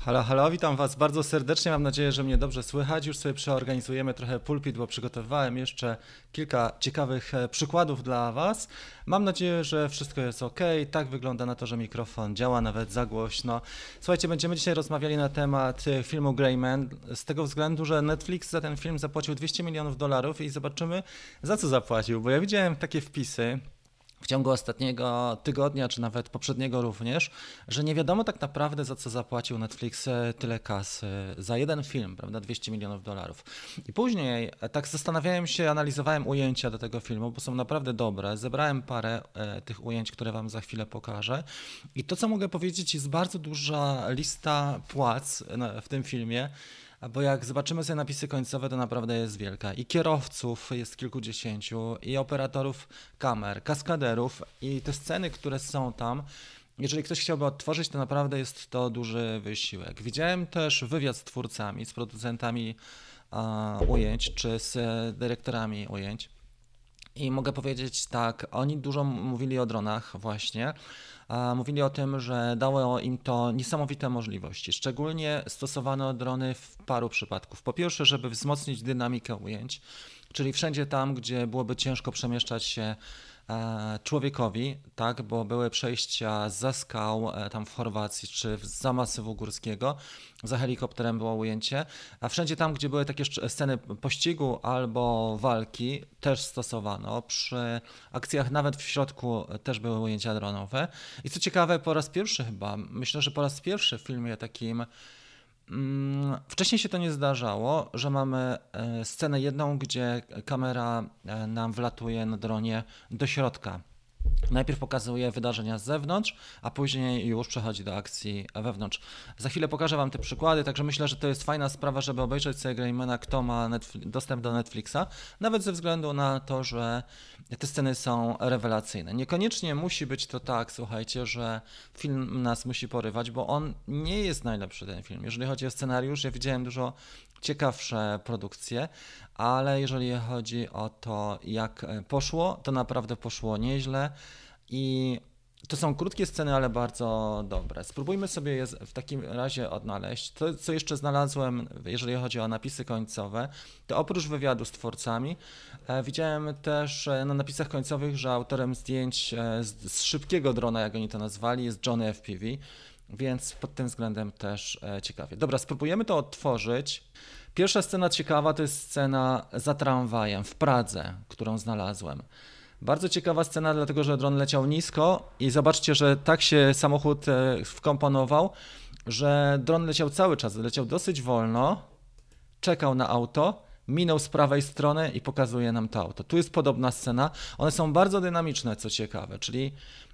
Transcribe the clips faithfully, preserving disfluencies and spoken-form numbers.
Halo, halo, witam Was bardzo serdecznie. Mam nadzieję, że mnie dobrze słychać. Już sobie przeorganizujemy trochę pulpit, bo przygotowywałem jeszcze kilka ciekawych e, przykładów dla Was. Mam nadzieję, że wszystko jest ok. Tak wygląda na to, że mikrofon działa nawet za głośno. Słuchajcie, będziemy dzisiaj rozmawiali na temat e, filmu Gray Man, z tego względu, że Netflix za ten film zapłacił dwieście milionów dolarów i zobaczymy, za co zapłacił, bo ja widziałem takie wpisy w ciągu ostatniego tygodnia, czy nawet poprzedniego również, że nie wiadomo tak naprawdę, za co zapłacił Netflix tyle kasy za jeden film, prawda, dwieście milionów dolarów. I później tak zastanawiałem się, analizowałem ujęcia do tego filmu, bo są naprawdę dobre. Zebrałem parę e, tych ujęć, które wam za chwilę pokażę. I to, co mogę powiedzieć, jest bardzo duża lista płac na, w tym filmie, bo jak zobaczymy sobie napisy końcowe, to naprawdę jest wielka. I kierowców jest kilkudziesięciu, i operatorów kamer, kaskaderów, i te sceny, które są tam, jeżeli ktoś chciałby odtworzyć, to naprawdę jest to duży wysiłek. Widziałem też wywiad z twórcami, z producentami uh, ujęć, czy z dyrektorami ujęć. I mogę powiedzieć tak, oni dużo mówili o dronach właśnie, a mówili o tym, że dało im to niesamowite możliwości. Szczególnie stosowano drony w paru przypadków. Po pierwsze, żeby wzmocnić dynamikę ujęć, czyli wszędzie tam, gdzie byłoby ciężko przemieszczać się człowiekowi, tak, bo były przejścia za skał tam w Chorwacji czy za masywu górskiego, za helikopterem było ujęcie, a wszędzie tam, gdzie były takie sceny pościgu albo walki, też stosowano. Przy akcjach nawet w środku też były ujęcia dronowe. I co ciekawe, po raz pierwszy chyba, myślę, że po raz pierwszy w filmie takim wcześniej się to nie zdarzało, że mamy scenę jedną, gdzie kamera nam wlatuje na dronie do środka. Najpierw pokazuje wydarzenia z zewnątrz, a później już przechodzi do akcji wewnątrz. Za chwilę pokażę wam te przykłady, także myślę, że to jest fajna sprawa, żeby obejrzeć sobie Graymana, kto ma Netflix, dostęp do Netflixa, nawet ze względu na to, że te sceny są rewelacyjne. Niekoniecznie musi być to tak, słuchajcie, że film nas musi porywać, bo on nie jest najlepszy, ten film. Jeżeli chodzi o scenariusz, ja widziałem dużo ciekawsze produkcje, ale jeżeli chodzi o to, jak poszło, to naprawdę poszło nieźle i to są krótkie sceny, ale bardzo dobre. Spróbujmy sobie je w takim razie odnaleźć. To, co jeszcze znalazłem, jeżeli chodzi o napisy końcowe, to oprócz wywiadu z twórcami, widziałem też na napisach końcowych, że autorem zdjęć z, z szybkiego drona, jak oni to nazwali, jest Johnny F P V, więc pod tym względem też ciekawie. Dobra, spróbujemy to odtworzyć. Pierwsza scena ciekawa to jest scena za tramwajem w Pradze, którą znalazłem. Bardzo ciekawa scena, dlatego że dron leciał nisko i zobaczcie, że tak się samochód wkomponował, że dron leciał cały czas, leciał dosyć wolno, czekał na auto, minął z prawej strony i pokazuje nam to auto. Tu jest podobna scena, one są bardzo dynamiczne, co ciekawe, czyli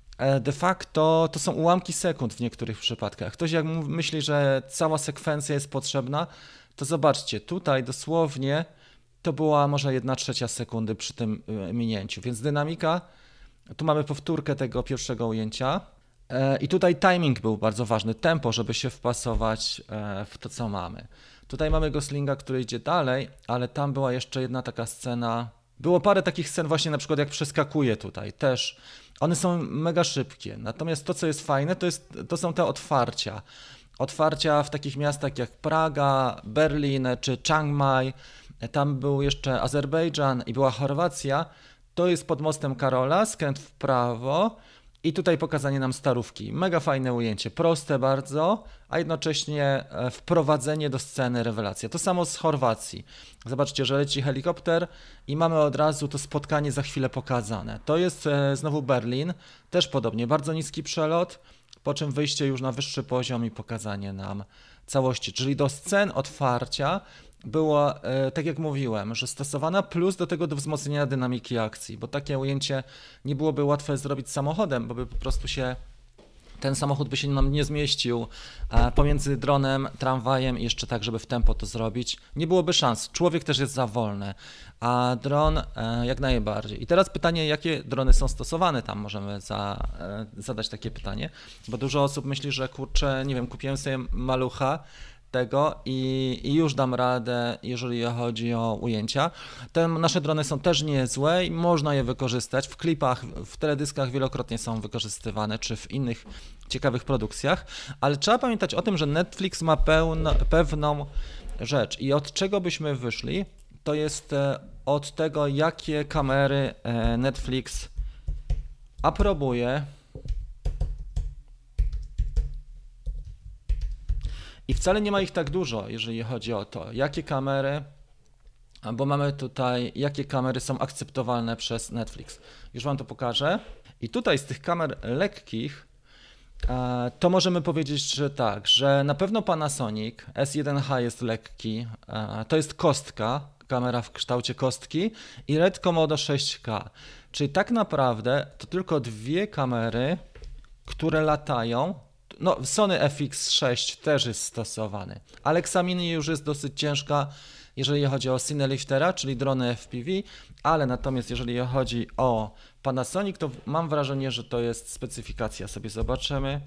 de facto to są ułamki sekund w niektórych przypadkach. Ktoś jak myśli, że cała sekwencja jest potrzebna, to zobaczcie, tutaj dosłownie to była może jedna trzecia sekundy przy tym minięciu, więc dynamika, tu mamy powtórkę tego pierwszego ujęcia i tutaj timing był bardzo ważny, tempo, żeby się wpasować w to, co mamy. Tutaj mamy Goslinga, który idzie dalej, ale tam była jeszcze jedna taka scena, było parę takich scen właśnie na przykład jak przeskakuje tutaj też, one są mega szybkie, natomiast to, co jest fajne, to, jest, to są te otwarcia. Otwarcia w takich miastach jak Praga, Berlin czy Chiang Mai, tam był jeszcze Azerbejdżan i była Chorwacja, to jest pod mostem Karola, skręt w prawo i tutaj pokazanie nam Starówki. Mega fajne ujęcie, proste bardzo, a jednocześnie wprowadzenie do sceny, rewelacja. To samo z Chorwacji. Zobaczcie, że leci helikopter i mamy od razu to spotkanie za chwilę pokazane. To jest znowu Berlin, też podobnie, bardzo niski przelot, po czym wyjście już na wyższy poziom i pokazanie nam całości, czyli do scen otwarcia było, tak jak mówiłem, że stosowana plus do tego do wzmocnienia dynamiki akcji, bo takie ujęcie nie byłoby łatwe zrobić samochodem, bo by po prostu się ten samochód by się nam nie zmieścił pomiędzy dronem, tramwajem i jeszcze tak, żeby w tempo to zrobić. Nie byłoby szans. Człowiek też jest za wolny, a dron jak najbardziej. I teraz pytanie, jakie drony są stosowane tam? Możemy za, zadać takie pytanie, bo dużo osób myśli, że kurczę, nie wiem, kupiłem sobie malucha, tego i, i już dam radę, jeżeli chodzi o ujęcia. Te nasze drony są też niezłe i można je wykorzystać. W klipach, w teledyskach wielokrotnie są wykorzystywane, czy w innych ciekawych produkcjach, ale trzeba pamiętać o tym, że Netflix ma pełno, pewną rzecz i od czego byśmy wyszli, to jest od tego, jakie kamery Netflix aprobuje. I wcale nie ma ich tak dużo, jeżeli chodzi o to, jakie kamery, bo mamy tutaj, jakie kamery są akceptowalne przez Netflix. Już Wam to pokażę. I tutaj z tych kamer lekkich, to możemy powiedzieć, że tak, że na pewno Panasonic S jeden H jest lekki, to jest kostka, kamera w kształcie kostki i Red Komodo sześć K. Czyli tak naprawdę to tylko dwie kamery, które latają. No, Sony F X sześć też jest stosowany. Alexa Mini już jest dosyć ciężka, jeżeli chodzi o Cineliftera, czyli drony F P V, ale natomiast jeżeli chodzi o Panasonic, to mam wrażenie, że to jest specyfikacja. Sobie zobaczymy,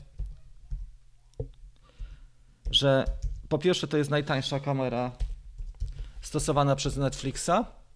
że po pierwsze to jest najtańsza kamera stosowana przez Netflixa,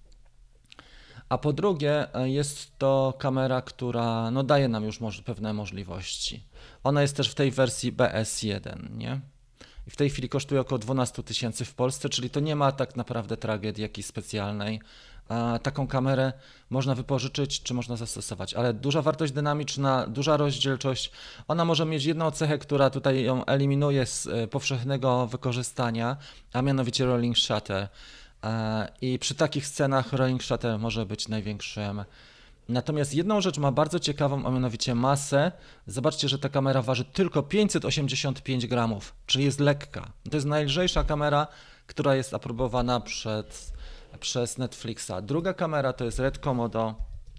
a po drugie jest to kamera, która no, daje nam już może pewne możliwości. Ona jest też w tej wersji B S jeden, nie? I w tej chwili kosztuje około dwanaście tysięcy w Polsce, czyli to nie ma tak naprawdę tragedii jakiejś specjalnej. A taką kamerę można wypożyczyć, czy można zastosować, ale duża wartość dynamiczna, duża rozdzielczość, ona może mieć jedną cechę, która tutaj ją eliminuje z powszechnego wykorzystania, a mianowicie rolling shutter. I przy takich scenach rolling shutter może być największym. Natomiast jedną rzecz ma bardzo ciekawą, a mianowicie masę. Zobaczcie, że ta kamera waży tylko pięćset osiemdziesiąt pięć gramów, czyli jest lekka. To jest najlżejsza kamera, która jest aprobowana przed, przez Netflixa. Druga kamera to jest Red Komodo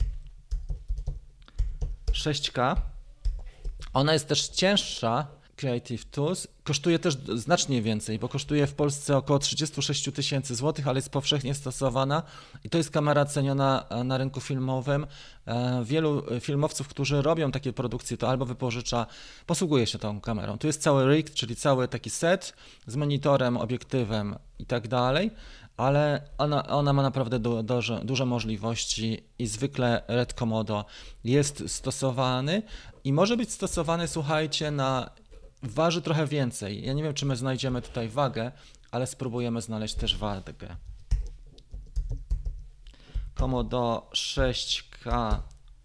sześć K. Ona jest też cięższa. Creative Tools kosztuje też znacznie więcej, bo kosztuje w Polsce około trzydzieści sześć tysięcy złotych, ale jest powszechnie stosowana i to jest kamera ceniona na rynku filmowym. Wielu filmowców, którzy robią takie produkcje, to albo wypożycza, posługuje się tą kamerą. Tu jest cały rig, czyli cały taki set z monitorem, obiektywem i tak dalej, ale ona, ona ma naprawdę du, duże, duże możliwości i zwykle Red Komodo jest stosowany i może być stosowany, słuchajcie, na waży trochę więcej. Ja nie wiem, czy my znajdziemy tutaj wagę, ale spróbujemy znaleźć też wagę. Komodo sześć K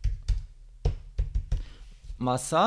masa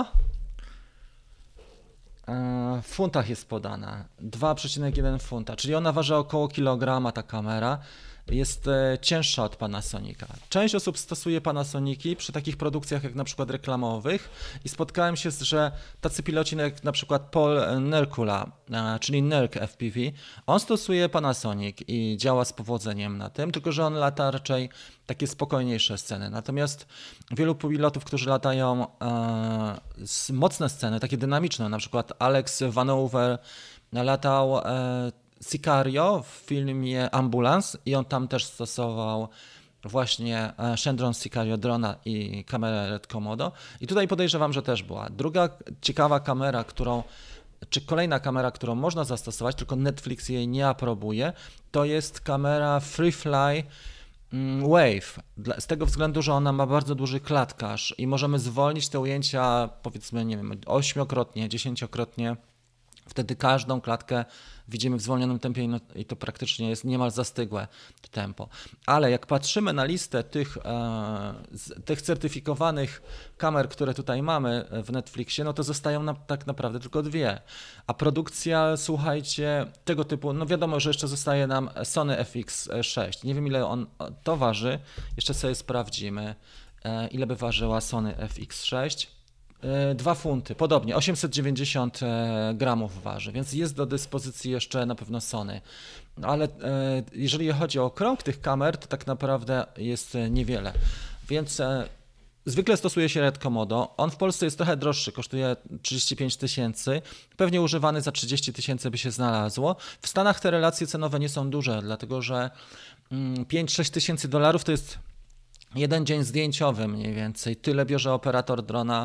w funtach jest podana, dwa przecinek jeden funta, czyli ona waży około kilograma ta kamera. Jest cięższa od Panasonica. Część osób stosuje Panasoniki przy takich produkcjach jak na przykład reklamowych i spotkałem się, że tacy piloci jak na przykład Paul Nerkula, czyli Nerk F P V, on stosuje Panasonic i działa z powodzeniem na tym, tylko że on lata raczej takie spokojniejsze sceny. Natomiast wielu pilotów, którzy latają e, mocne sceny, takie dynamiczne, na przykład Alex Vanover latał e, Sicario w filmie Ambulance i on tam też stosował właśnie Shendron Sicario drona i kamerę Red Komodo i tutaj podejrzewam, że też była. Druga ciekawa kamera, którą, czy kolejna kamera, którą można zastosować, tylko Netflix jej nie aprobuje, to jest kamera FreeFly Wave, z tego względu, że ona ma bardzo duży klatkarz i możemy zwolnić te ujęcia, powiedzmy, nie wiem, ośmiokrotnie, dziesięciokrotnie. Wtedy każdą klatkę widzimy w zwolnionym tempie i to praktycznie jest niemal zastygłe tempo. Ale jak patrzymy na listę tych, e, tych certyfikowanych kamer, które tutaj mamy w Netflixie, no to zostają nam tak naprawdę tylko dwie. A produkcja, słuchajcie, tego typu, no wiadomo, że jeszcze zostaje nam Sony F X sześć. Nie wiem, ile on to waży, jeszcze sobie sprawdzimy, e, ile by ważyła Sony F X sześć. Dwa funty, podobnie, osiemset dziewięćdziesiąt gramów waży, więc jest do dyspozycji jeszcze na pewno Sony. Ale jeżeli chodzi o krąg tych kamer, to tak naprawdę jest niewiele. Więc zwykle stosuje się Red Komodo. On w Polsce jest trochę droższy, kosztuje trzydzieści pięć tysięcy. Pewnie używany za trzydzieści tysięcy by się znalazło. W Stanach te relacje cenowe nie są duże, dlatego że pięć sześć tysięcy dolarów to jest jeden dzień zdjęciowy mniej więcej. Tyle bierze operator drona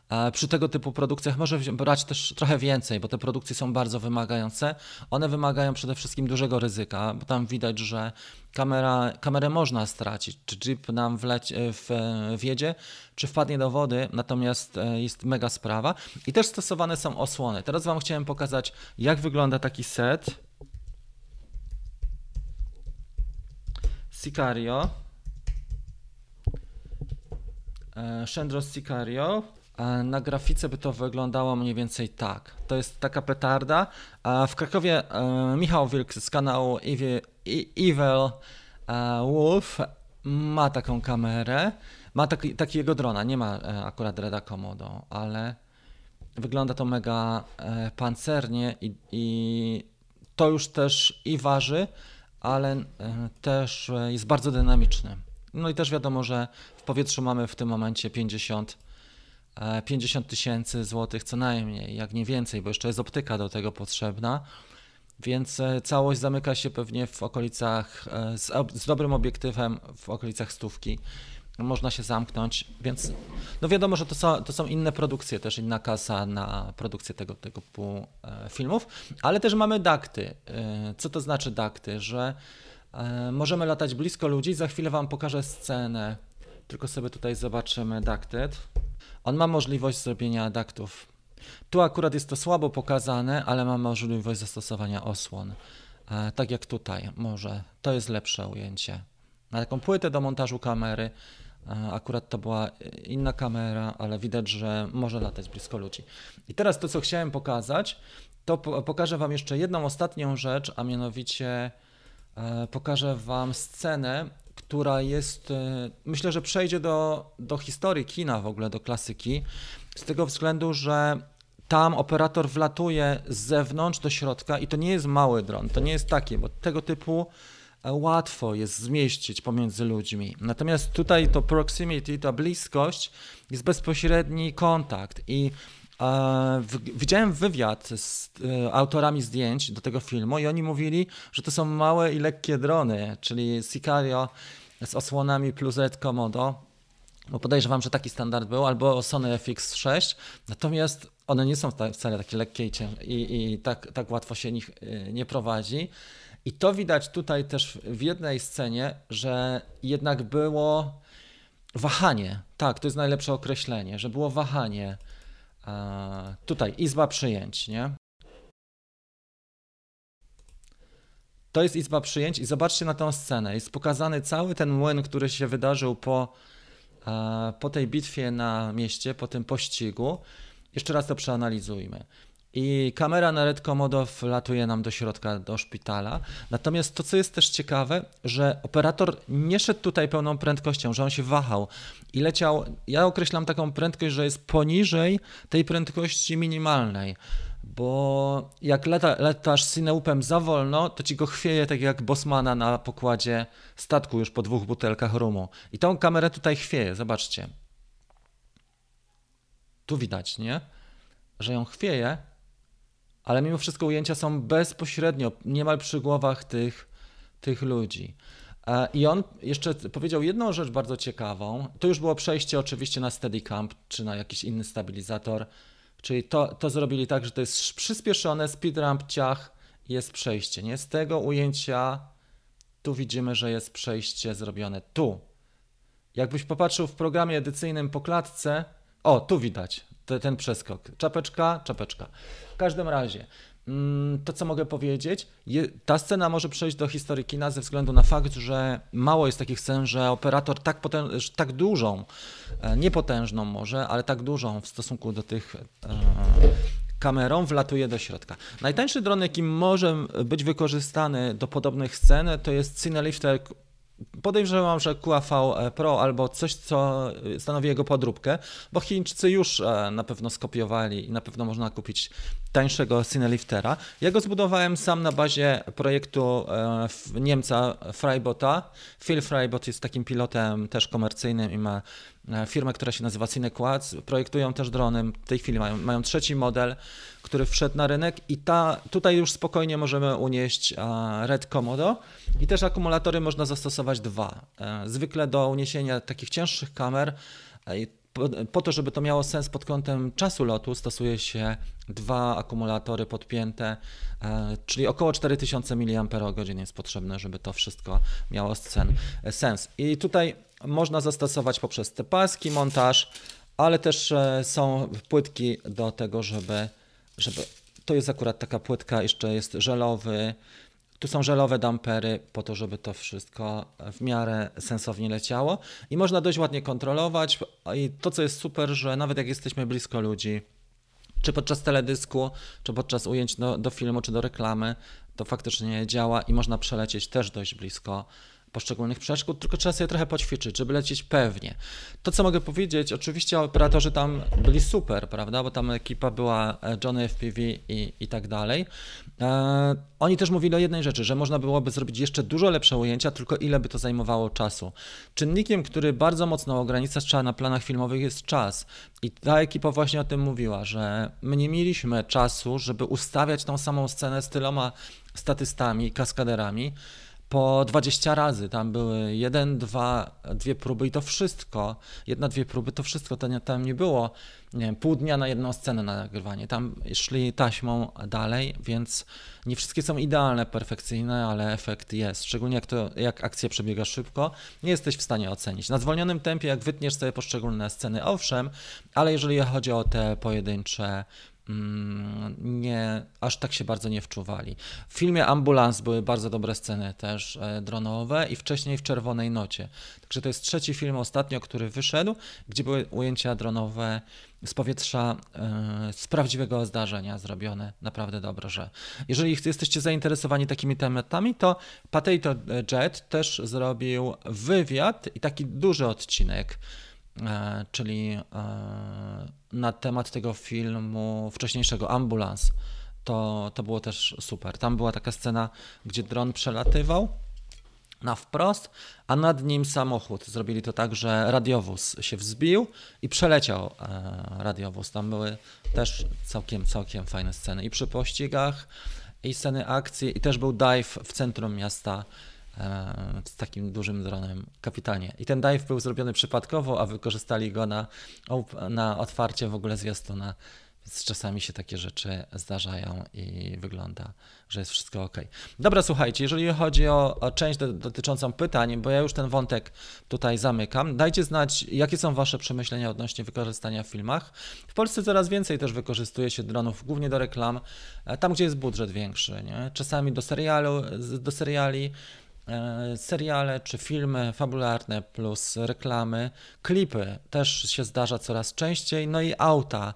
Przy tego typu produkcjach może brać też trochę więcej, bo te produkcje są bardzo wymagające. One wymagają przede wszystkim dużego ryzyka, bo tam widać, że kamera, kamerę można stracić, czy jeep nam wleci, w, wjedzie, czy wpadnie do wody, natomiast jest mega sprawa. I też stosowane są osłony. Teraz wam chciałem pokazać, jak wygląda taki set Sicario. Shendros Sicario. Na grafice by to wyglądało mniej więcej tak. To jest taka petarda. W Krakowie Michał Wilk z kanału Evil, Evil Wolf ma taką kamerę. Ma taki, takiego drona. Nie ma akurat Reda Komodo, ale wygląda to mega pancernie i, i to już też i waży, ale też jest bardzo dynamiczny. No i też wiadomo, że w powietrzu mamy w tym momencie pięćdziesiąt tysięcy złotych co najmniej, jak nie więcej, bo jeszcze jest optyka do tego potrzebna, więc całość zamyka się pewnie w okolicach, z, z dobrym obiektywem w okolicach stówki. Można się zamknąć, więc no wiadomo, że to są, to są inne produkcje, też inna kasa na produkcję tego typu filmów, ale też mamy dakty. Co to znaczy dakty? Że możemy latać blisko ludzi. Za chwilę wam pokażę scenę, tylko sobie tutaj zobaczymy Dacted. On ma możliwość zrobienia daktów. Tu akurat jest to słabo pokazane, ale ma możliwość zastosowania osłon. Tak jak tutaj, może. To jest lepsze ujęcie. Na taką płytę do montażu kamery. Akurat to była inna kamera, ale widać, że może latać blisko ludzi. I teraz to, co chciałem pokazać, to pokażę wam jeszcze jedną ostatnią rzecz, a mianowicie pokażę wam scenę, która jest, myślę, że przejdzie do, do historii kina w ogóle, do klasyki, z tego względu, że tam operator wlatuje z zewnątrz do środka i to nie jest mały dron, to nie jest takie, bo tego typu łatwo jest zmieścić pomiędzy ludźmi. Natomiast tutaj to proximity, ta bliskość, jest bezpośredni kontakt i e, w, widziałem wywiad z e, autorami zdjęć do tego filmu i oni mówili, że to są małe i lekkie drony, czyli Sicario z osłonami plus Red Komodo, bo podejrzewam, że taki standard był, albo Sony F X sześć, natomiast one nie są wcale takie lekkie i, i, i tak, tak łatwo się nich nie prowadzi. I to widać tutaj też w jednej scenie, że jednak było wahanie. Tak, to jest najlepsze określenie, że było wahanie. E, tutaj izba przyjęć, nie? To jest izba przyjęć i zobaczcie na tę scenę. Jest pokazany cały ten młyn, który się wydarzył po, e, po tej bitwie na mieście, po tym pościgu. Jeszcze raz to przeanalizujmy. I kamera na Red Komodo wlatuje nam do środka, do szpitala. Natomiast to, co jest też ciekawe, że operator nie szedł tutaj pełną prędkością, że on się wahał i leciał, ja określam taką prędkość, że jest poniżej tej prędkości minimalnej, bo jak lata, latasz Cineupem za wolno, to ci go chwieje tak jak Bosmana na pokładzie statku już po dwóch butelkach rumu. I tą kamerę tutaj chwieje, zobaczcie. Tu widać, nie? Że ją chwieje, ale mimo wszystko ujęcia są bezpośrednio, niemal przy głowach tych, tych ludzi. I on jeszcze powiedział jedną rzecz bardzo ciekawą. To już było przejście oczywiście na Steadicam, czy na jakiś inny stabilizator. Czyli to, to zrobili tak, że to jest przyspieszone, speed ramp, ciach, jest przejście. Nie? Z tego ujęcia tu widzimy, że jest przejście zrobione tu. Jakbyś popatrzył w programie edycyjnym po klatce, o, tu widać te, ten przeskok. Czapeczka, czapeczka. W każdym razie, to co mogę powiedzieć, je, ta scena może przejść do historii kina ze względu na fakt, że mało jest takich scen, że operator tak, potęż, tak dużą, niepotężną może, ale tak dużą w stosunku do tych e, kamerą wlatuje do środka. Najtańszy dron, jaki może być wykorzystany do podobnych scen, to jest Cinelifter. Podejrzewam, że Q A V Pro albo coś, co stanowi jego podróbkę, bo Chińczycy już na pewno skopiowali i na pewno można kupić tańszego Cineliftera. Ja go zbudowałem sam na bazie projektu Niemca Freibota. Phil Freibot jest takim pilotem też komercyjnym i ma firmę, która się nazywa Cinequads. Projektują też drony. W tej chwili mają, mają trzeci model, który wszedł na rynek i ta, tutaj już spokojnie możemy unieść Red Komodo i też akumulatory można zastosować dwa. Zwykle do uniesienia takich cięższych kamer Po, po to, żeby to miało sens pod kątem czasu lotu, stosuje się dwa akumulatory podpięte, e, czyli około cztery tysiące miliamperogodzin jest potrzebne, żeby to wszystko miało scen, e, sens. I tutaj można zastosować poprzez te paski montaż, ale też e, są płytki do tego, żeby, żeby... To jest akurat taka płytka, jeszcze jest żelowy. Tu są żelowe dampery po to, żeby to wszystko w miarę sensownie leciało i można dość ładnie kontrolować. I to, co jest super, że nawet jak jesteśmy blisko ludzi, czy podczas teledysku, czy podczas ujęć do, do filmu, czy do reklamy, to faktycznie działa i można przelecieć też dość blisko poszczególnych przeszkód, tylko trzeba sobie trochę poćwiczyć, żeby lecieć pewnie. To, co mogę powiedzieć, oczywiście operatorzy tam byli super, prawda, bo tam ekipa była Johnny F P V i, i tak dalej. E, oni też mówili o jednej rzeczy, że można byłoby zrobić jeszcze dużo lepsze ujęcia, tylko ile by to zajmowało czasu. Czynnikiem, który bardzo mocno ogranicza na planach filmowych, jest czas. I ta ekipa właśnie o tym mówiła, że my nie mieliśmy czasu, żeby ustawiać tą samą scenę z tyloma statystami, kaskaderami, po dwadzieścia razy, tam były jeden, dwa, dwie próby i to wszystko, jedna, dwie próby, to wszystko, to nie, tam nie było, nie wiem, pół dnia na jedną scenę na nagrywanie, tam szli taśmą dalej, więc nie wszystkie są idealne, perfekcyjne, ale efekt jest, szczególnie jak, to, jak akcja przebiega szybko, nie jesteś w stanie ocenić. Na zwolnionym tempie, jak wytniesz sobie poszczególne sceny, owszem, ale jeżeli chodzi o te pojedyncze, nie, aż tak się bardzo nie wczuwali. W filmie Ambulans były bardzo dobre sceny też e, dronowe i wcześniej w Czerwonej Nocie. Także to jest trzeci film ostatnio, który wyszedł, gdzie były ujęcia dronowe z powietrza, e, z prawdziwego zdarzenia zrobione naprawdę dobrze. Jeżeli jesteście zainteresowani takimi tematami, to Potato Jet też zrobił wywiad i taki duży odcinek, E, czyli e, na temat tego filmu wcześniejszego Ambulans. To, to było też super. Tam była taka scena, gdzie dron przelatywał na wprost, a nad nim samochód. Zrobili to tak, że radiowóz się wzbił i przeleciał e, radiowóz. Tam były też całkiem, całkiem fajne sceny i przy pościgach, i sceny akcji, i też był dive w centrum miasta z takim dużym dronem, kapitalnie. I ten dive był zrobiony przypadkowo, a wykorzystali go na, na otwarcie w ogóle zwiastuna, więc czasami się takie rzeczy zdarzają i wygląda, że jest wszystko ok. Dobra, słuchajcie, jeżeli chodzi o, o część do, dotyczącą pytań, bo ja już ten wątek tutaj zamykam, dajcie znać, jakie są wasze przemyślenia odnośnie wykorzystania w filmach. W Polsce coraz więcej też wykorzystuje się dronów, głównie do reklam, tam gdzie jest budżet większy, nie? Czasami do serialu, do seriali, seriale czy filmy fabularne plus reklamy, klipy też się zdarza coraz częściej, no i auta.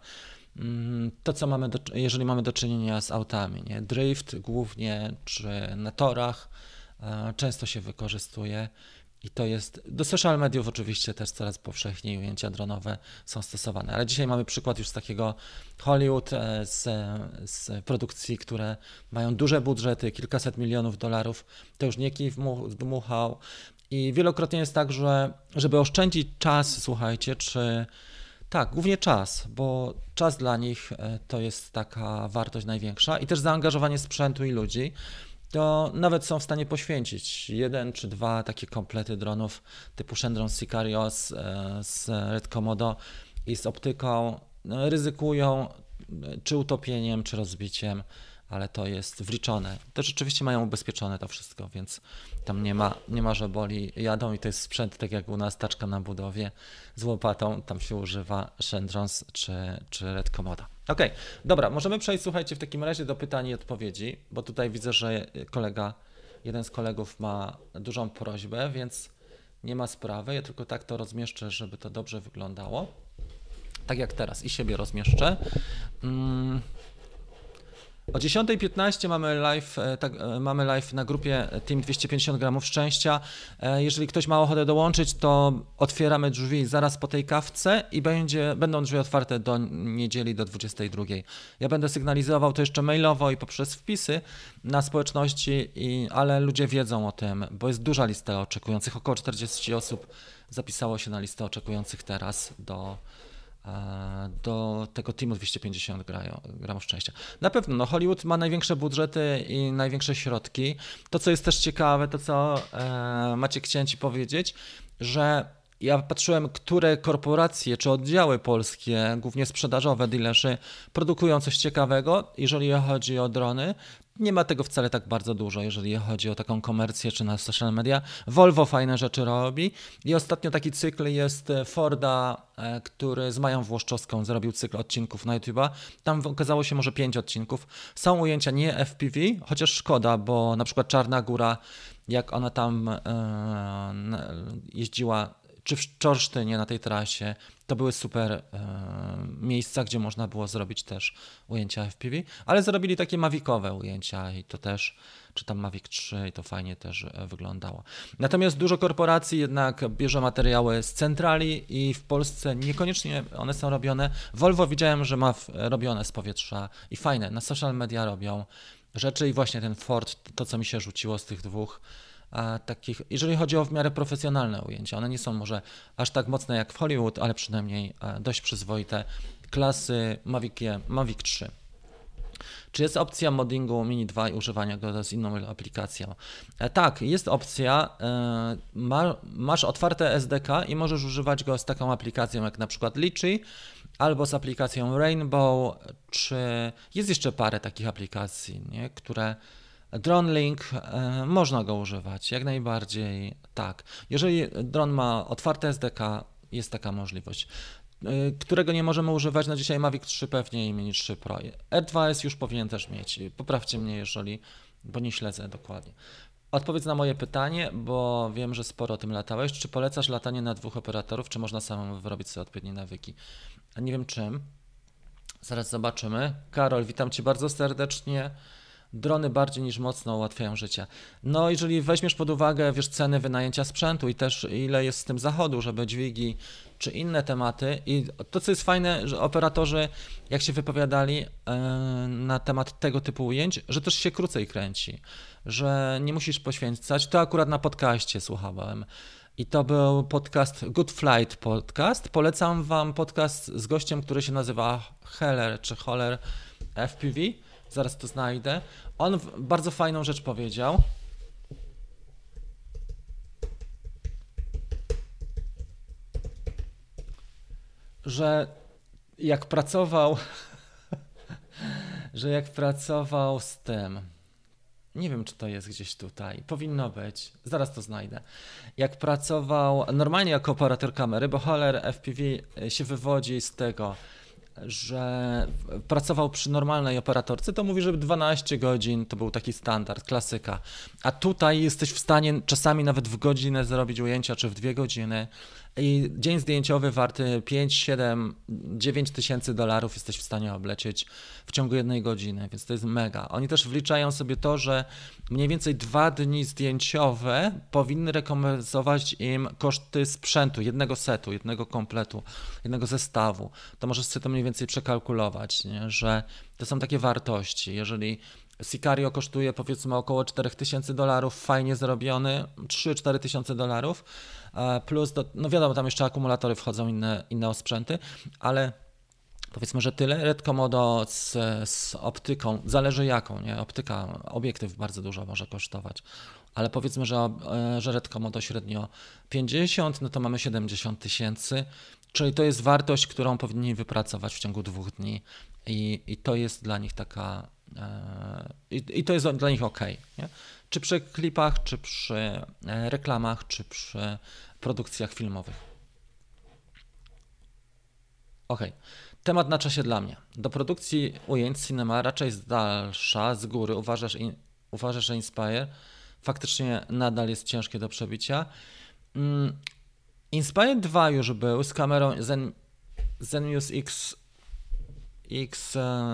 To, co mamy, do, jeżeli mamy do czynienia z autami, nie? Drift głównie czy na torach często się wykorzystuje i to jest, do social mediów oczywiście też coraz powszechniej ujęcia dronowe są stosowane, ale dzisiaj mamy przykład już z takiego Hollywood, z, z produkcji, które mają duże budżety, kilkaset milionów dolarów, to już nie kij dmuchał i wielokrotnie jest tak, że żeby oszczędzić czas, słuchajcie, czy tak, głównie czas, bo czas dla nich to jest taka wartość największa i też zaangażowanie sprzętu i ludzi, to nawet są w stanie poświęcić jeden czy dwa takie komplety dronów typu Shendron Sicario z, z Red Komodo i z optyką, no, ryzykują czy utopieniem, czy rozbiciem, ale to jest wliczone. Też rzeczywiście mają ubezpieczone to wszystko, więc tam nie ma, nie ma, że boli, jadą i to jest sprzęt, tak jak u nas taczka na budowie z łopatą, tam się używa Shendrons czy, czy Red Komodo. Okej, okay, dobra, możemy przejść, słuchajcie, w takim razie do pytań i odpowiedzi, bo tutaj widzę, że kolega, jeden z kolegów ma dużą prośbę, więc nie ma sprawy, ja tylko tak to rozmieszczę, żeby to dobrze wyglądało. Tak jak teraz i siebie rozmieszczę. Hmm. O dziesiąta piętnaście mamy live, tak, mamy live na grupie Team dwieście pięćdziesiąt gramów szczęścia. Jeżeli ktoś ma ochotę dołączyć, to otwieramy drzwi zaraz po tej kawce i będzie, będą drzwi otwarte do niedzieli do dwudziestej drugiej. Ja będę sygnalizował to jeszcze mailowo i poprzez wpisy na społeczności, i, ale ludzie wiedzą o tym, bo jest duża lista oczekujących. Około czterdzieści osób zapisało się na listę oczekujących teraz do do tego Teamu dwieście pięćdziesiąt gramów szczęścia. Na pewno, no Hollywood ma największe budżety i największe środki. To, co jest też ciekawe, to co e, Maciek chciałem Ci powiedzieć, że Ja patrzyłem, które korporacje czy oddziały polskie, głównie sprzedażowe, dealerzy, produkują coś ciekawego, jeżeli chodzi o drony. Nie ma tego wcale tak bardzo dużo, jeżeli chodzi o taką komercję czy na social media. Volvo fajne rzeczy robi i ostatnio taki cykl jest Forda, który z Mają Włoszczowską zrobił cykl odcinków na YouTube'a. Tam okazało się może pięć odcinków. Są ujęcia nie F P V, chociaż szkoda, bo na przykład Czarna Góra, jak ona tam jeździła, czy w Czorsztynie na tej trasie, to były super e, miejsca, gdzie można było zrobić też ujęcia F P V, ale zrobili takie mavikowe ujęcia i to też, czy tam Mavic trzy i to fajnie też e, wyglądało. Natomiast dużo korporacji jednak bierze materiały z centrali i w Polsce niekoniecznie one są robione. Volvo widziałem, że ma w, robione z powietrza i fajne, na social media robią rzeczy i właśnie ten Ford, to co mi się rzuciło z tych dwóch, a takich, jeżeli chodzi o w miarę profesjonalne ujęcia, one nie są może aż tak mocne jak w Hollywood, ale przynajmniej dość przyzwoite, klasy Mavic, Mavic trzy. Czy jest opcja moddingu Mini dwa i używania go z inną aplikacją? E, tak, jest opcja. E, ma, masz otwarte S D K i możesz używać go z taką aplikacją jak na przykład Litchi albo z aplikacją Rainbow, czy jest jeszcze parę takich aplikacji, nie, które DroneLink, e, można go używać, jak najbardziej tak. Jeżeli dron ma otwarte S D K, jest taka możliwość. E, którego nie możemy używać na dzisiaj Mavic trzy pewnie i Mini trzy Pro. R dwa S już powinien też mieć. Poprawcie mnie, jeżeli, bo nie śledzę dokładnie. Odpowiedz na moje pytanie, bo wiem, że sporo o tym latałeś. Czy polecasz latanie na dwóch operatorów, czy można samemu wyrobić sobie odpowiednie nawyki? Nie wiem czym. Zaraz zobaczymy. Karol, witam Cię bardzo serdecznie. Drony bardziej niż mocno ułatwiają życie. No jeżeli weźmiesz pod uwagę, wiesz, ceny wynajęcia sprzętu i też ile jest z tym zachodu, żeby dźwigi czy inne tematy i to co jest fajne, że operatorzy jak się wypowiadali yy, na temat tego typu ujęć, że też się krócej kręci, że nie musisz poświęcać. To akurat na podcaście słuchałem. I to był podcast Good Flight Podcast. Polecam Wam podcast z gościem, który się nazywa Heller czy Holler F P V. Zaraz to znajdę. On bardzo fajną rzecz powiedział. Że jak pracował, że jak pracował z tym, nie wiem czy to jest gdzieś tutaj, powinno być, zaraz to znajdę. Jak pracował normalnie jako operator kamery, bo Holler F P V się wywodzi z tego, że pracował przy normalnej operatorce, to mówi, że dwanaście godzin to był taki standard, klasyka. A tutaj jesteś w stanie czasami nawet w godzinę zrobić ujęcia, czy w dwie godziny. I dzień zdjęciowy warty pięć, siedem, dziewięć tysięcy dolarów jesteś w stanie oblecieć w ciągu jednej godziny, więc to jest mega. Oni też wliczają sobie to, że mniej więcej dwa dni zdjęciowe powinny rekompensować im koszty sprzętu, jednego setu, jednego kompletu, jednego zestawu. To możesz sobie to mniej więcej przekalkulować, nie? Że to są takie wartości. Jeżeli Sicario kosztuje powiedzmy około cztery tysiące dolarów, fajnie zrobiony, trzy cztery tysiące dolarów, plus, do, no wiadomo, tam jeszcze akumulatory wchodzą, inne, inne osprzęty, ale powiedzmy, że tyle. Red Komodo z, z optyką, zależy jaką, nie? Optyka, obiektyw bardzo dużo może kosztować, ale powiedzmy, że, że Red Komodo średnio pięćdziesiąt, no to mamy siedemdziesiąt tysięcy, czyli to jest wartość, którą powinni wypracować w ciągu dwóch dni i, i to jest dla nich taka, i, i to jest dla nich ok, nie? Czy przy klipach, czy przy reklamach, czy przy produkcjach filmowych. Ok. Temat na czasie dla mnie. Do produkcji ujęć cinema raczej z dalsza, z góry. Uważasz, in, uważasz, że Inspire faktycznie nadal jest ciężkie do przebicia. Mm, Inspire dwa już był z kamerą Zen, Zenmuse X, X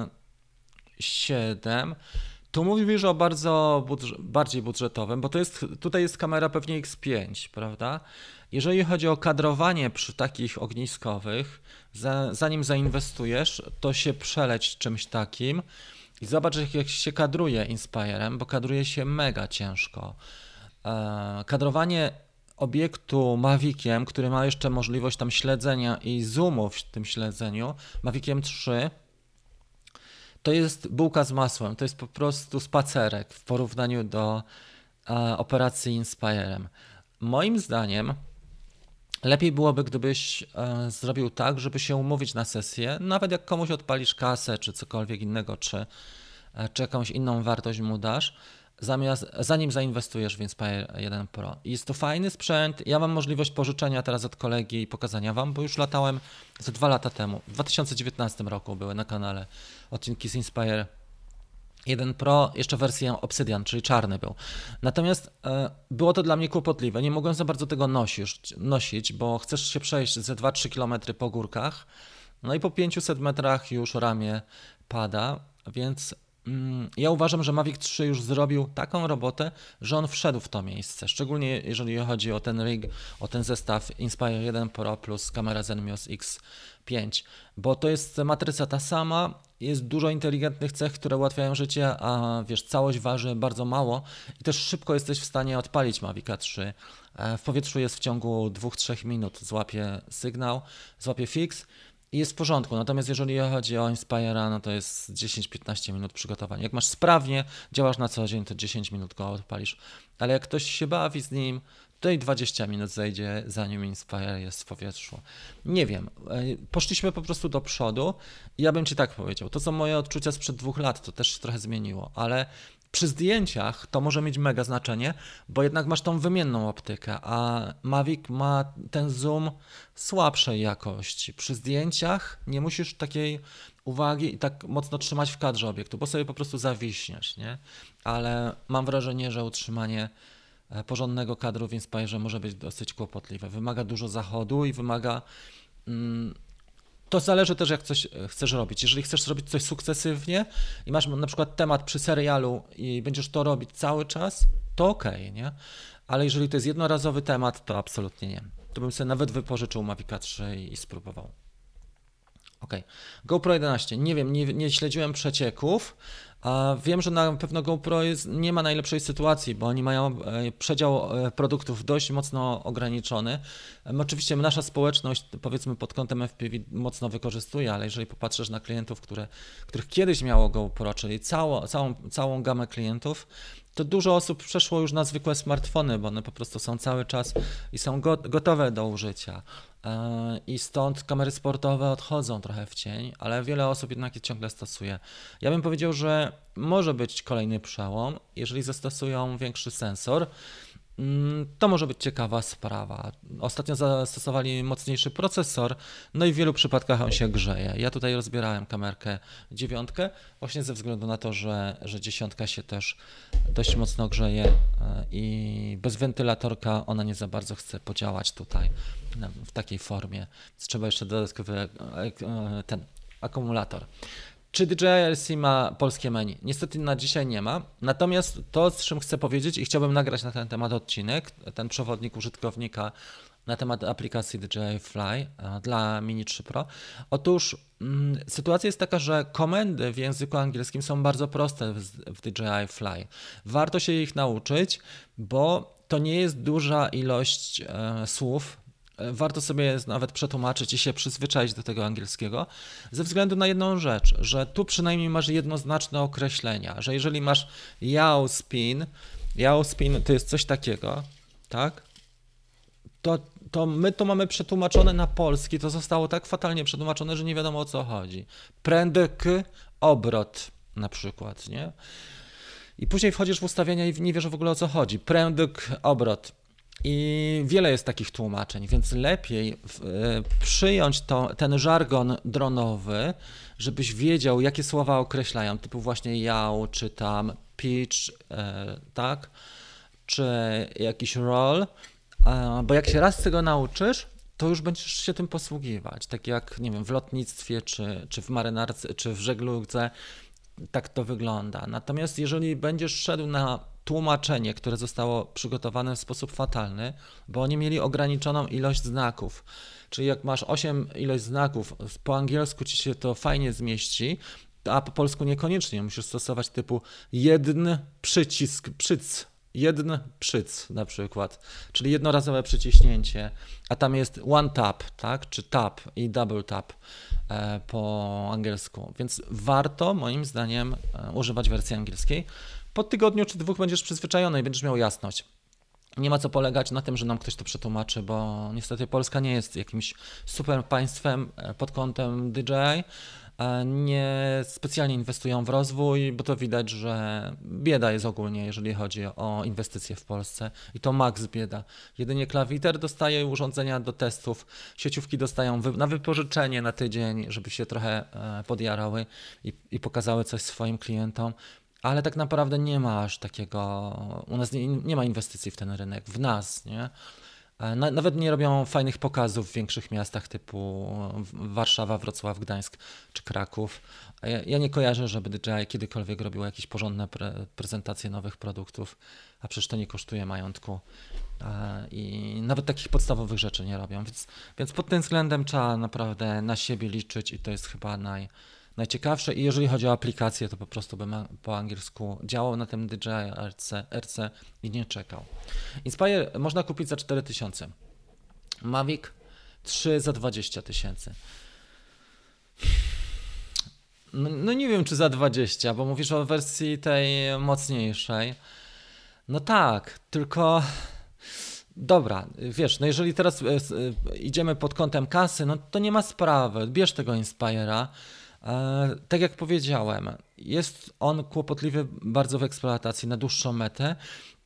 siedem. Tu mówisz o bardzo budż- bardziej budżetowym, bo to jest, tutaj jest kamera pewnie X pięć, prawda? Jeżeli chodzi o kadrowanie przy takich ogniskowych, za, zanim zainwestujesz, to się przeleć czymś takim i zobacz, jak się kadruje Inspirem, bo kadruje się mega ciężko. E, kadrowanie obiektu Maviciem, który ma jeszcze możliwość tam śledzenia i zoomu w tym śledzeniu, Maviciem trzy, to jest bułka z masłem, to jest po prostu spacerek w porównaniu do e, operacji Inspirem. Moim zdaniem Lepiej byłoby, gdybyś e, zrobił tak, żeby się umówić na sesję, nawet jak komuś odpalisz kasę, czy cokolwiek innego, czy, e, czy jakąś inną wartość mu dasz, zamiast, zanim zainwestujesz w Inspire jeden Pro. Jest to fajny sprzęt, ja mam możliwość pożyczenia teraz od kolegi i pokazania wam, bo już latałem ze dwa lata temu, w dwa tysiące dziewiętnastym roku były na kanale odcinki z Inspire jeden Pro, jeszcze wersję Obsidian, czyli czarny był. Natomiast e, było to dla mnie kłopotliwe. Nie mogłem za bardzo tego nosić, nosić bo chcesz się przejść ze dwa trzy kilometry po górkach, no i po pięciuset metrach już ramię pada, więc mm, ja uważam, że Mavic trzy już zrobił taką robotę, że on wszedł w to miejsce, szczególnie jeżeli chodzi o ten rig, o ten zestaw Inspire jeden Pro plus kamera Zenmuse X pięć, bo to jest matryca ta sama, jest dużo inteligentnych cech, które ułatwiają życie, a wiesz, całość waży bardzo mało i też szybko jesteś w stanie odpalić Mavica trzy. W powietrzu jest w ciągu dwa do trzech minut, złapie sygnał, złapie fix i jest w porządku. Natomiast jeżeli chodzi o Inspire'a, no to jest dziesięć do piętnastu minut przygotowania. Jak masz sprawnie, działasz na co dzień, to dziesięć minut go odpalisz. Ale jak ktoś się bawi z nim, to i dwadzieścia minut zejdzie, zanim Inspire jest w powietrzu. Nie wiem, poszliśmy po prostu do przodu i ja bym ci tak powiedział, to są moje odczucia sprzed dwóch lat, to też się trochę zmieniło, ale przy zdjęciach to może mieć mega znaczenie, bo jednak masz tą wymienną optykę, a Mavic ma ten zoom słabszej jakości. Przy zdjęciach nie musisz takiej uwagi i tak mocno trzymać w kadrze obiektu, bo sobie po prostu zawiśniesz, nie? Ale mam wrażenie, że utrzymanie porządnego kadru w Inspire może być dosyć kłopotliwe. Wymaga dużo zachodu i wymaga... Mm, to zależy też, jak coś chcesz robić. Jeżeli chcesz zrobić coś sukcesywnie i masz na przykład temat przy serialu i będziesz to robić cały czas, to okej, okay, nie? Ale jeżeli to jest jednorazowy temat, to absolutnie nie. To bym sobie nawet wypożyczył Mavica trzy i, i spróbował. Ok, GoPro jedenaście. Nie wiem, nie, nie śledziłem przecieków. A wiem, że na pewno GoPro jest, nie ma najlepszej sytuacji, bo oni mają przedział produktów dość mocno ograniczony. Oczywiście nasza społeczność, powiedzmy pod kątem F P V, mocno wykorzystuje, ale jeżeli popatrzysz na klientów, które, których kiedyś miało GoPro, czyli całą, całą, całą gamę klientów, to dużo osób przeszło już na zwykłe smartfony, bo one po prostu są cały czas i są go, gotowe do użycia. I stąd kamery sportowe odchodzą trochę w cień, ale wiele osób jednak je ciągle stosuje. Ja bym powiedział, że może być kolejny przełom, jeżeli zastosują większy sensor. To może być ciekawa sprawa. Ostatnio zastosowali mocniejszy procesor, no i w wielu przypadkach on się grzeje. Ja tutaj rozbierałem kamerkę dziewiątkę, właśnie ze względu na to, że, że dziesiątka się też dość mocno grzeje i bez wentylatorka ona nie za bardzo chce podziałać tutaj w takiej formie. Więc trzeba jeszcze dodatkowy ten akumulator. Czy D J I R C ma polskie menu? Niestety na dzisiaj nie ma, natomiast to, z czym chcę powiedzieć i chciałbym nagrać na ten temat odcinek, ten przewodnik użytkownika na temat aplikacji D J I Fly dla Mini trzy Pro. Otóż mm, sytuacja jest taka, że komendy w języku angielskim są bardzo proste w, w D J I Fly. Warto się ich nauczyć, bo to nie jest duża ilość e, słów. Warto sobie nawet przetłumaczyć i się przyzwyczaić do tego angielskiego ze względu na jedną rzecz, że tu przynajmniej masz jednoznaczne określenia, że jeżeli masz yaw spin, yaw spin to jest coś takiego, tak? To, to my to mamy przetłumaczone na polski, to zostało tak fatalnie przetłumaczone, że nie wiadomo o co chodzi. Prędek obrot na przykład, nie? I później wchodzisz w ustawienia i nie wiesz w ogóle o co chodzi. Prędek obrot. I wiele jest takich tłumaczeń, więc lepiej przyjąć to, ten żargon dronowy, żebyś wiedział, jakie słowa określają, typu właśnie yaw, czy tam pitch, tak, czy jakiś roll, bo jak się raz tego nauczysz, to już będziesz się tym posługiwać, tak jak, nie wiem, w lotnictwie, czy, czy w marynarce, czy w żegludze, tak to wygląda. Natomiast jeżeli będziesz szedł na tłumaczenie, które zostało przygotowane w sposób fatalny, bo oni mieli ograniczoną ilość znaków, czyli jak masz osiem ilość znaków, po angielsku ci się to fajnie zmieści, a po polsku niekoniecznie, musisz stosować typu jeden przycisk, przyc, jeden przyc na przykład, czyli jednorazowe przyciśnięcie, a tam jest one tap, tak, czy tap i double tap po angielsku, więc warto moim zdaniem używać wersji angielskiej. Po tygodniu czy dwóch będziesz przyzwyczajony i będziesz miał jasność. Nie ma co polegać na tym, że nam ktoś to przetłumaczy, bo niestety Polska nie jest jakimś super państwem pod kątem D J I. Nie specjalnie inwestują w rozwój, bo to widać, że bieda jest ogólnie, jeżeli chodzi o inwestycje w Polsce i to max bieda. Jedynie klawiter dostaje urządzenia do testów, sieciówki dostają na wypożyczenie na tydzień, żeby się trochę podjarały i, i pokazały coś swoim klientom. Ale tak naprawdę nie ma aż takiego, u nas nie, nie ma inwestycji w ten rynek, w nas, nie? Nawet nie robią fajnych pokazów w większych miastach typu Warszawa, Wrocław, Gdańsk czy Kraków. Ja, ja nie kojarzę, żeby D J I kiedykolwiek robił jakieś porządne pre, prezentacje nowych produktów, a przecież to nie kosztuje majątku i nawet takich podstawowych rzeczy nie robią, więc, więc pod tym względem trzeba naprawdę na siebie liczyć i to jest chyba naj, najciekawsze. I jeżeli chodzi o aplikację, to po prostu bym po angielsku działał na tym D J I R C, R C i nie czekał. Inspire można kupić za cztery tysiące. Mavic trzy za dwadzieścia tysięcy. No, no nie wiem, czy za dwadzieścia, bo mówisz o wersji tej mocniejszej. No tak, tylko... Dobra, wiesz, no jeżeli teraz idziemy pod kątem kasy, no to nie ma sprawy. Bierz tego Inspire'a. Tak jak powiedziałem, jest on kłopotliwy bardzo w eksploatacji na dłuższą metę.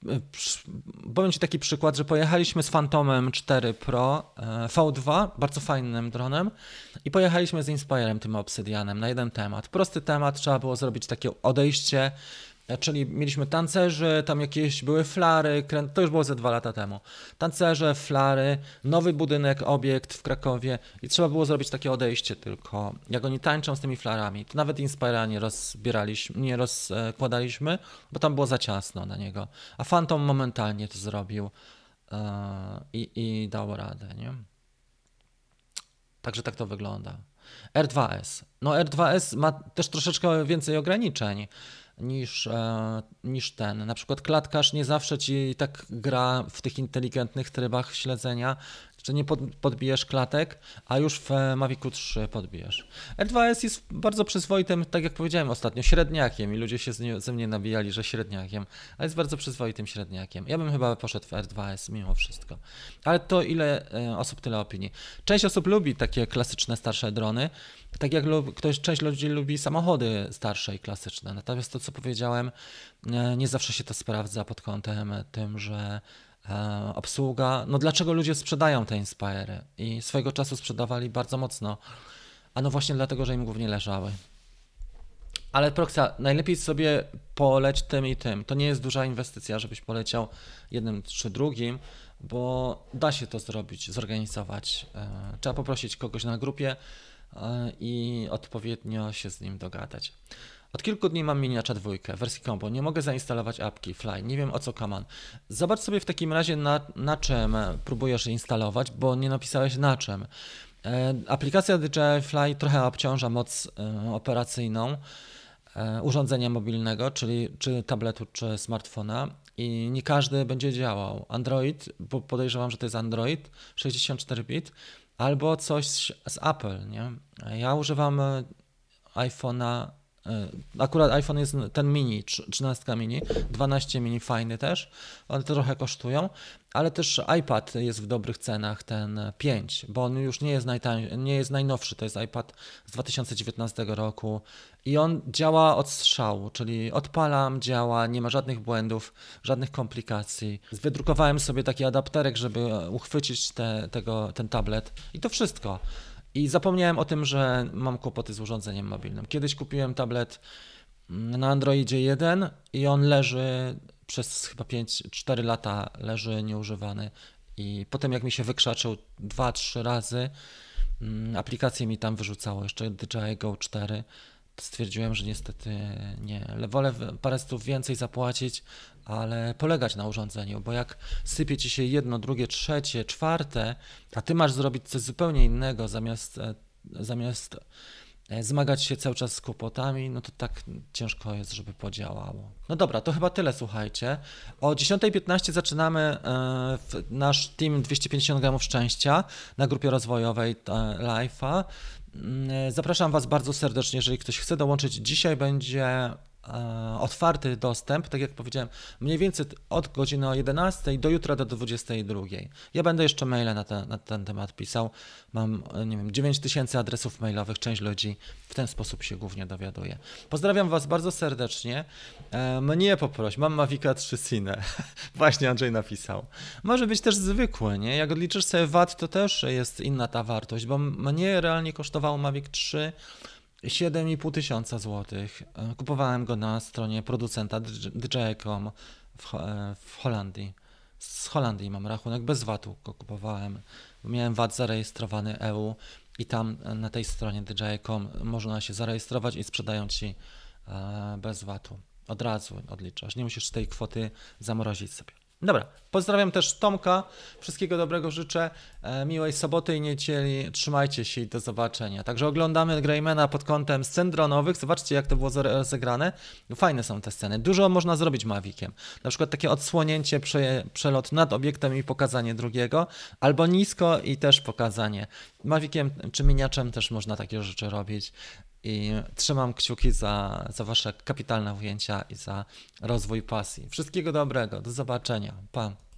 Powiem Ci taki przykład, że pojechaliśmy z Phantomem cztery Pro V dwa, bardzo fajnym dronem i pojechaliśmy z Inspirem, tym Obsydianem, na jeden temat. Prosty temat, trzeba było zrobić takie odejście, czyli mieliśmy tancerzy, tam jakieś były flary, to już było ze dwa lata temu. Tancerze, flary, nowy budynek, obiekt w Krakowie i trzeba było zrobić takie odejście tylko. Jak oni tańczą z tymi flarami, to nawet Inspire'a nie rozbieraliśmy, nie rozkładaliśmy, bo tam było za ciasno na niego. A Phantom momentalnie to zrobił yy, i, i dał radę, nie? Także tak to wygląda. R dwa S. No R dwa S ma też troszeczkę więcej ograniczeń niż, e, niż ten. Na przykład klatkarz nie zawsze ci tak gra w tych inteligentnych trybach śledzenia, że nie pod, podbijesz klatek, a już w Mavicu trzy podbijesz. R dwa S jest bardzo przyzwoitym, tak jak powiedziałem ostatnio, średniakiem i ludzie się z nie, ze mnie nabijali, że średniakiem, ale jest bardzo przyzwoitym średniakiem. Ja bym chyba poszedł w R dwa S mimo wszystko. Ale to ile e, osób, tyle opinii. Część osób lubi takie klasyczne, starsze drony, tak jak lub, ktoś, część ludzi lubi samochody starsze i klasyczne. Natomiast to, co powiedziałem, e, nie zawsze się to sprawdza pod kątem tym, że e, obsługa, no dlaczego ludzie sprzedają te Inspire'y i swojego czasu sprzedawali bardzo mocno, a no właśnie dlatego, że im głównie leżały. Ale Proxa, najlepiej sobie poleć tym i tym. To nie jest duża inwestycja, żebyś poleciał jednym czy drugim, bo da się to zrobić, zorganizować. E, trzeba poprosić kogoś na grupie e, i odpowiednio się z nim dogadać. Od kilku dni mam miniacza dwójkę w wersji combo. Nie mogę zainstalować apki Fly. Nie wiem, o co kaman. Zobacz sobie w takim razie na, na czym próbujesz instalować, bo nie napisałeś na czym. E, aplikacja D J I Fly trochę obciąża moc e, operacyjną e, urządzenia mobilnego, czyli czy tabletu, czy smartfona i nie każdy będzie działał. Android, bo podejrzewam, że to jest Android sześćdziesiąt cztery bit, albo coś z Apple, nie? Ja używam iPhone'a. Akurat iPhone jest ten mini, trzynaście mini, dwanaście mini fajny też, one trochę kosztują, ale też iPad jest w dobrych cenach, ten pięć, bo on już nie jest, najtań, nie jest najnowszy, to jest iPad z dwa tysiące dziewiętnastego roku i on działa od strzału, czyli odpalam, działa, nie ma żadnych błędów, żadnych komplikacji. Wydrukowałem sobie taki adapterek, żeby uchwycić te, tego, ten tablet i to wszystko. I zapomniałem o tym, że mam kłopoty z urządzeniem mobilnym. Kiedyś kupiłem tablet na Androidzie jeden i on leży przez chyba pięć cztery lata, leży nieużywany. I potem jak mi się wykrzaczył dwa trzy razy, aplikacje mi tam wyrzucało, jeszcze D J I Go cztery, stwierdziłem, że niestety nie. Wolę parę stów więcej zapłacić, ale polegać na urządzeniu, bo jak sypie ci się jedno, drugie, trzecie, czwarte, a ty masz zrobić coś zupełnie innego zamiast, zamiast zmagać się cały czas z kłopotami, no to tak ciężko jest, żeby podziałało. No dobra, to chyba tyle, słuchajcie. O dziesiąta piętnaście zaczynamy nasz team dwieście pięćdziesiąt gramów szczęścia na grupie rozwojowej Life'a. Zapraszam Was bardzo serdecznie, jeżeli ktoś chce dołączyć. Dzisiaj będzie otwarty dostęp, tak jak powiedziałem, mniej więcej od godziny jedenastej do jutra do dwudziestej drugiej. Ja będę jeszcze maile na ten, na ten temat pisał. Mam, nie wiem, dziewięć tysięcy adresów mailowych, część ludzi w ten sposób się głównie dowiaduje. Pozdrawiam Was bardzo serdecznie. Mnie poproś, mam Mavica trzy Cine. Właśnie Andrzej napisał. Może być też zwykły, nie? Jak odliczysz sobie V A T, to też jest inna ta wartość, bo mnie realnie kosztowało Mavic trzy siedem i pół tysiąca złotych. Kupowałem go na stronie producenta D J I kropka com w, w Holandii. Z Holandii mam rachunek, bez V A T-u go kupowałem. Miałem V A T zarejestrowany E U i tam na tej stronie D J I kropka com można się zarejestrować i sprzedają Ci bez V A T-u. Od razu odliczasz, nie musisz tej kwoty zamrozić sobie. Dobra, pozdrawiam też Tomka, wszystkiego dobrego życzę, e, miłej soboty i niedzieli, trzymajcie się i do zobaczenia. Także oglądamy Greymana pod kątem scen dronowych, zobaczcie jak to było rozegrane, fajne są te sceny, dużo można zrobić Maviciem, na przykład takie odsłonięcie, prze, przelot nad obiektem i pokazanie drugiego, albo nisko i też pokazanie. Maviciem czy miniaczem też można takie rzeczy robić. I trzymam kciuki za, za Wasze kapitalne ujęcia i za rozwój pasji. Wszystkiego dobrego, do zobaczenia, pa!